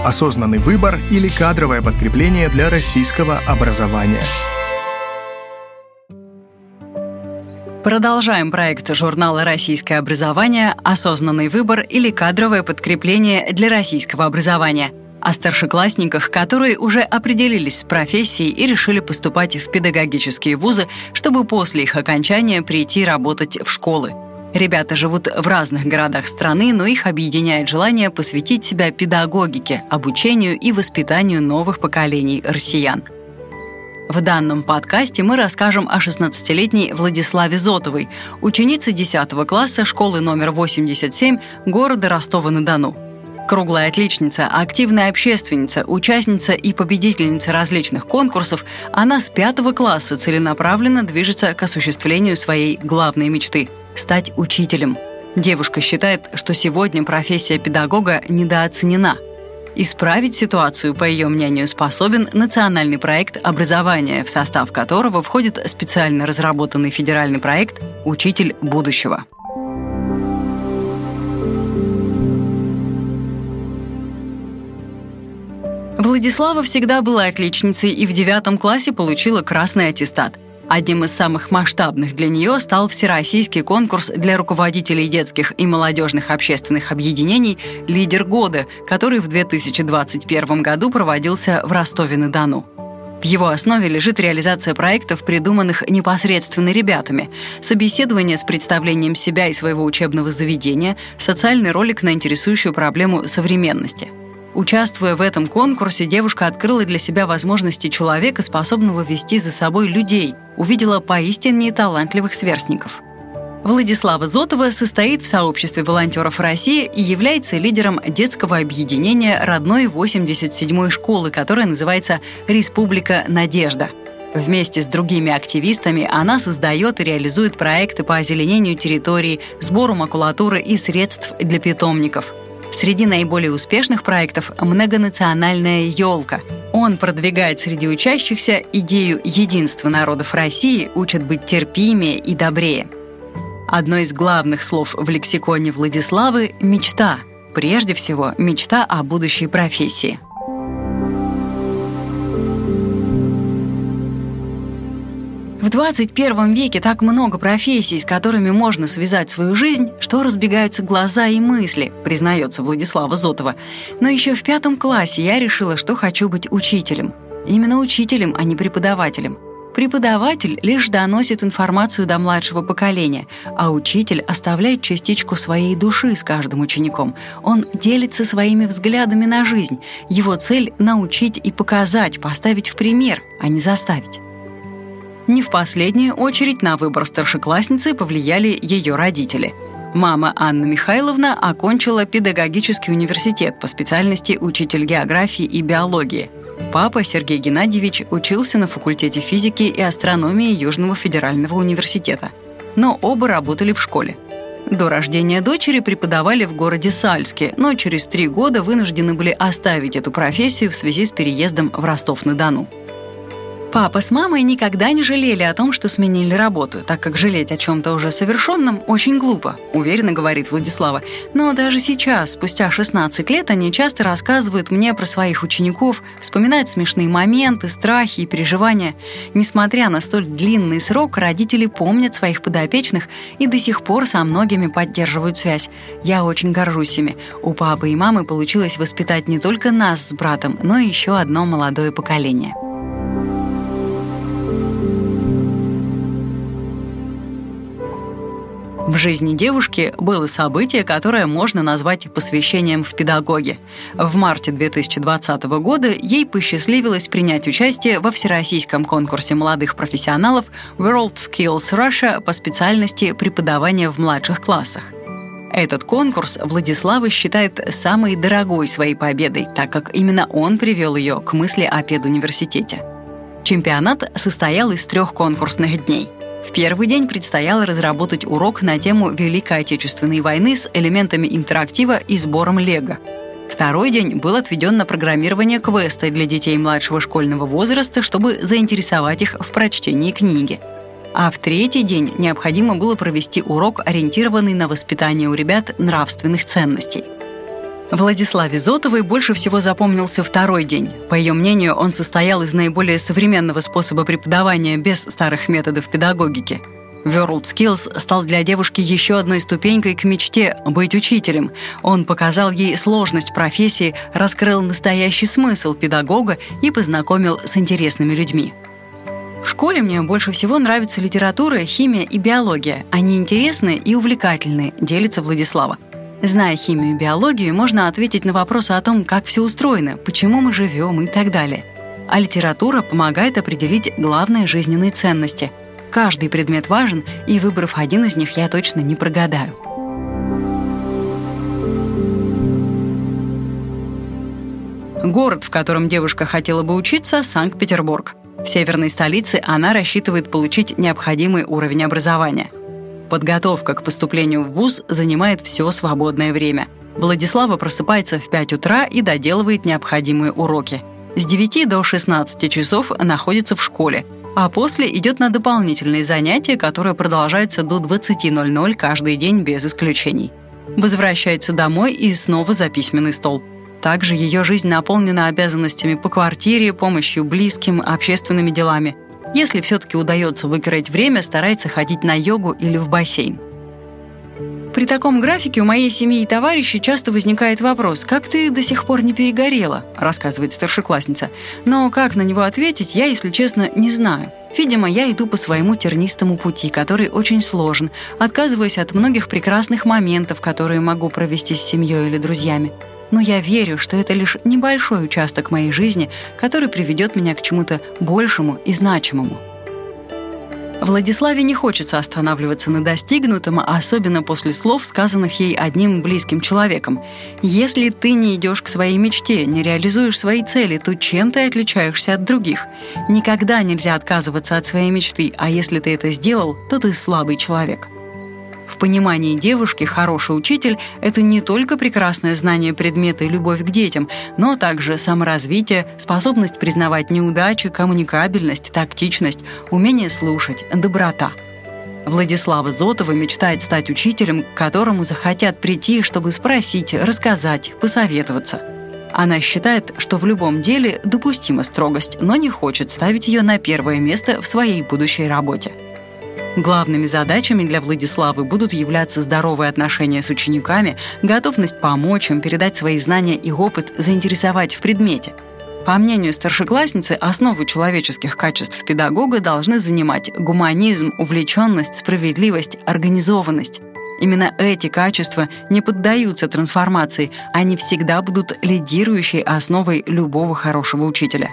Осознанный выбор или кадровое подкрепление для российского образования. Продолжаем проект журнала «Российское образование. Осознанный выбор или кадровое подкрепление для российского образования» о старшеклассниках, которые уже определились с профессией и решили поступать в педагогические вузы, чтобы после их окончания прийти работать в школы. Ребята живут в разных городах страны, но их объединяет желание посвятить себя педагогике, обучению и воспитанию новых поколений россиян. В данном подкасте мы расскажем о 16-летней Владиславе Зотовой, ученице 10 класса школы номер 87 города Ростова-на-Дону. Круглая отличница, активная общественница, участница и победительница различных конкурсов, она с 5 класса целенаправленно движется к осуществлению своей главной мечты – стать учителем. Девушка считает, что сегодня профессия педагога недооценена. Исправить ситуацию, по ее мнению, способен национальный проект образования, в состав которого входит специально разработанный федеральный проект «Учитель будущего». Владислава всегда была отличницей и в 9 классе получила красный аттестат. Одним из самых масштабных для нее стал всероссийский конкурс для руководителей детских и молодежных общественных объединений «Лидер года», который в 2021 году проводился в Ростове-на-Дону. В его основе лежит реализация проектов, придуманных непосредственно ребятами, собеседование с представлением себя и своего учебного заведения, социальный ролик на интересующую проблему современности. Участвуя в этом конкурсе, девушка открыла для себя возможности человека, способного вести за собой людей, увидела поистине талантливых сверстников. Владислава Зотова состоит в сообществе волонтеров России и является лидером детского объединения родной 87-й школы, которая называется «Республика Надежда». Вместе с другими активистами она создает и реализует проекты по озеленению территории, сбору макулатуры и средств для питомников. Среди наиболее успешных проектов «Многонациональная елка». Он продвигает среди учащихся идею единства народов России, учит быть терпимее и добрее. Одно из главных слов в лексиконе Владиславы – «мечта». Прежде всего, мечта о будущей профессии. В 21 веке так много профессий, с которыми можно связать свою жизнь, что разбегаются глаза и мысли, признается Владислава Зотова. Но еще в 5 классе я решила, что хочу быть учителем. Именно учителем, а не преподавателем. Преподаватель лишь доносит информацию до младшего поколения, а учитель оставляет частичку своей души с каждым учеником. Он делится своими взглядами на жизнь. Его цель — научить и показать, поставить в пример, а не заставить. Не в последнюю очередь на выбор старшеклассницы повлияли ее родители. Мама Анна Михайловна окончила педагогический университет по специальности учитель географии и биологии. Папа Сергей Геннадьевич учился на факультете физики и астрономии Южного федерального университета. Но оба работали в школе. До рождения дочери преподавали в городе Сальске, но через 3 года вынуждены были оставить эту профессию в связи с переездом в Ростов-на-Дону. Папа с мамой никогда не жалели о том, что сменили работу, так как жалеть о чем-то уже совершенном очень глупо, уверенно говорит Владислава. Но даже сейчас, спустя 16 лет, они часто рассказывают мне про своих учеников, вспоминают смешные моменты, страхи и переживания. Несмотря на столь длинный срок, родители помнят своих подопечных и до сих пор со многими поддерживают связь. Я очень горжусь ими. У папы и мамы получилось воспитать не только нас с братом, но и еще одно молодое поколение. В жизни девушки было событие, которое можно назвать посвящением в педагоги. В марте 2020 года ей посчастливилось принять участие во всероссийском конкурсе молодых профессионалов World Skills Russia по специальности преподавания в младших классах. Этот конкурс Владислава считает самой дорогой своей победой, так как именно он привел ее к мысли о педуниверситете. Чемпионат состоял из 3 конкурсных дней. В первый день предстояло разработать урок на тему Великой Отечественной войны с элементами интерактива и сбором лего. Второй день был отведен на программирование квеста для детей младшего школьного возраста, чтобы заинтересовать их в прочтении книги. А в третий день необходимо было провести урок, ориентированный на воспитание у ребят нравственных ценностей. Владиславе Зотовой больше всего запомнился второй день. По ее мнению, он состоял из наиболее современного способа преподавания без старых методов педагогики. WorldSkills стал для девушки еще одной ступенькой к мечте быть учителем. Он показал ей сложность профессии, раскрыл настоящий смысл педагога и познакомил с интересными людьми. В школе мне больше всего нравится литература, химия и биология. Они интересные и увлекательные, делится Владислава. Зная химию и биологию, можно ответить на вопросы о том, как все устроено, почему мы живем и так далее. А литература помогает определить главные жизненные ценности. Каждый предмет важен, и, выбрав один из них, я точно не прогадаю. Город, в котором девушка хотела бы учиться, Санкт-Петербург. В северной столице она рассчитывает получить необходимый уровень образования. Подготовка к поступлению в вуз занимает все свободное время. Владислава просыпается в 5 утра и доделывает необходимые уроки. С 9 до 16 часов находится в школе, а после идет на дополнительные занятия, которые продолжаются до 20:00 каждый день без исключений. Возвращается домой и снова за письменный стол. Также ее жизнь наполнена обязанностями по квартире, помощью близким, общественными делами. Если все-таки удается выкроить время, старается ходить на йогу или в бассейн. При таком графике у моей семьи и товарищей часто возникает вопрос: «Как ты до сих пор не перегорела?» – рассказывает старшеклассница. Но как на него ответить, я, если честно, не знаю. Видимо, я иду по своему тернистому пути, который очень сложен, отказываюсь от многих прекрасных моментов, которые могу провести с семьей или друзьями. Но я верю, что это лишь небольшой участок моей жизни, который приведет меня к чему-то большему и значимому. Владиславе не хочется останавливаться на достигнутом, особенно после слов, сказанных ей одним близким человеком. «Если ты не идешь к своей мечте, не реализуешь свои цели, то чем ты отличаешься от других? Никогда нельзя отказываться от своей мечты, а если ты это сделал, то ты слабый человек». В понимании девушки хороший учитель – это не только прекрасное знание предмета и любовь к детям, но также саморазвитие, способность признавать неудачи, коммуникабельность, тактичность, умение слушать, доброта. Владислава Зотова мечтает стать учителем, к которому захотят прийти, чтобы спросить, рассказать, посоветоваться. Она считает, что в любом деле допустима строгость, но не хочет ставить ее на первое место в своей будущей работе. Главными задачами для Владиславы будут являться здоровые отношения с учениками, готовность помочь им, передать свои знания и опыт, заинтересовать в предмете. По мнению старшеклассницы, основу человеческих качеств педагога должны занимать гуманизм, увлеченность, справедливость, организованность. Именно эти качества не поддаются трансформации, они всегда будут лидирующей основой любого хорошего учителя.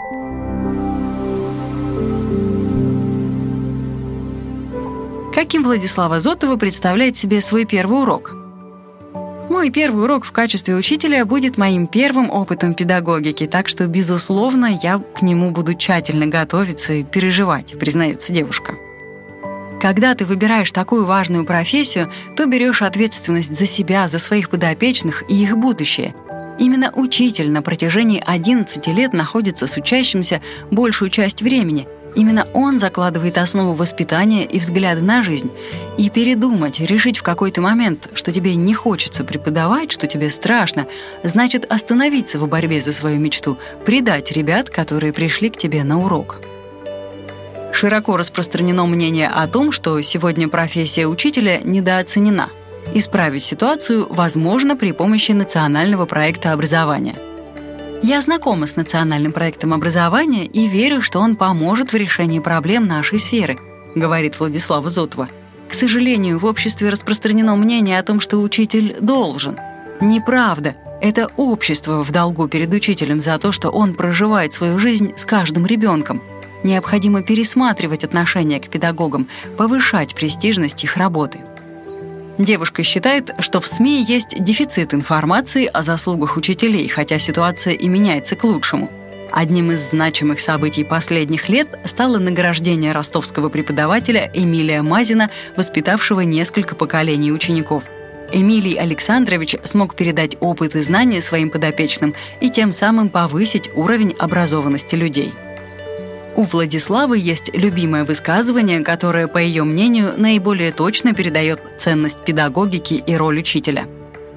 Каким Владислава Зотова представляет себе свой первый урок? Мой первый урок в качестве учителя будет моим первым опытом педагогики, так что, безусловно, я к нему буду тщательно готовиться и переживать, признается девушка. Когда ты выбираешь такую важную профессию, то берешь ответственность за себя, за своих подопечных и их будущее. Именно учитель на протяжении 11 лет находится с учащимся большую часть времени. Именно он закладывает основу воспитания и взгляда на жизнь. И передумать, решить в какой-то момент, что тебе не хочется преподавать, что тебе страшно, значит остановиться в борьбе за свою мечту, предать ребят, которые пришли к тебе на урок. Широко распространено мнение о том, что сегодня профессия учителя недооценена. Исправить ситуацию возможно при помощи национального проекта образования. Я знакома с национальным проектом образования и верю, что он поможет в решении проблем нашей сферы, говорит Владислава Зотова. К сожалению, в обществе распространено мнение о том, что учитель должен. Неправда. Это общество в долгу перед учителем за то, что он проживает свою жизнь с каждым ребенком. Необходимо пересматривать отношение к педагогам, повышать престижность их работы. Девушка считает, что в СМИ есть дефицит информации о заслугах учителей, хотя ситуация и меняется к лучшему. Одним из значимых событий последних лет стало награждение ростовского преподавателя Эмилия Мазина, воспитавшего несколько поколений учеников. Эмилий Александрович смог передать опыт и знания своим подопечным и тем самым повысить уровень образованности людей. У Владиславы есть любимое высказывание, которое, по ее мнению, наиболее точно передает ценность педагогики и роль учителя.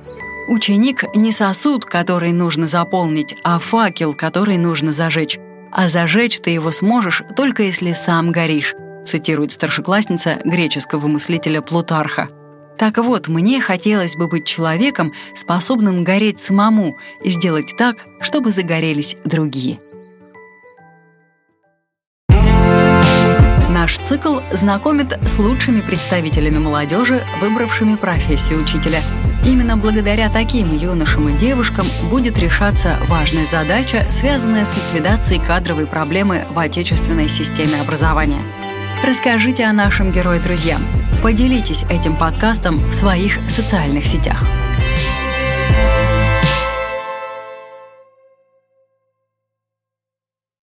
Ученик не сосуд, который нужно заполнить, а факел, который нужно зажечь. А зажечь ты его сможешь, только если сам горишь, цитирует старшеклассница греческого мыслителя Плутарха. Так вот, мне хотелось бы быть человеком, способным гореть самому и сделать так, чтобы загорелись другие. Наш цикл знакомит с лучшими представителями молодежи, выбравшими профессию учителя. Именно благодаря таким юношам и девушкам будет решаться важная задача, связанная с ликвидацией кадровой проблемы в отечественной системе образования. Расскажите о нашем герое друзьям. Поделитесь этим подкастом в своих социальных сетях.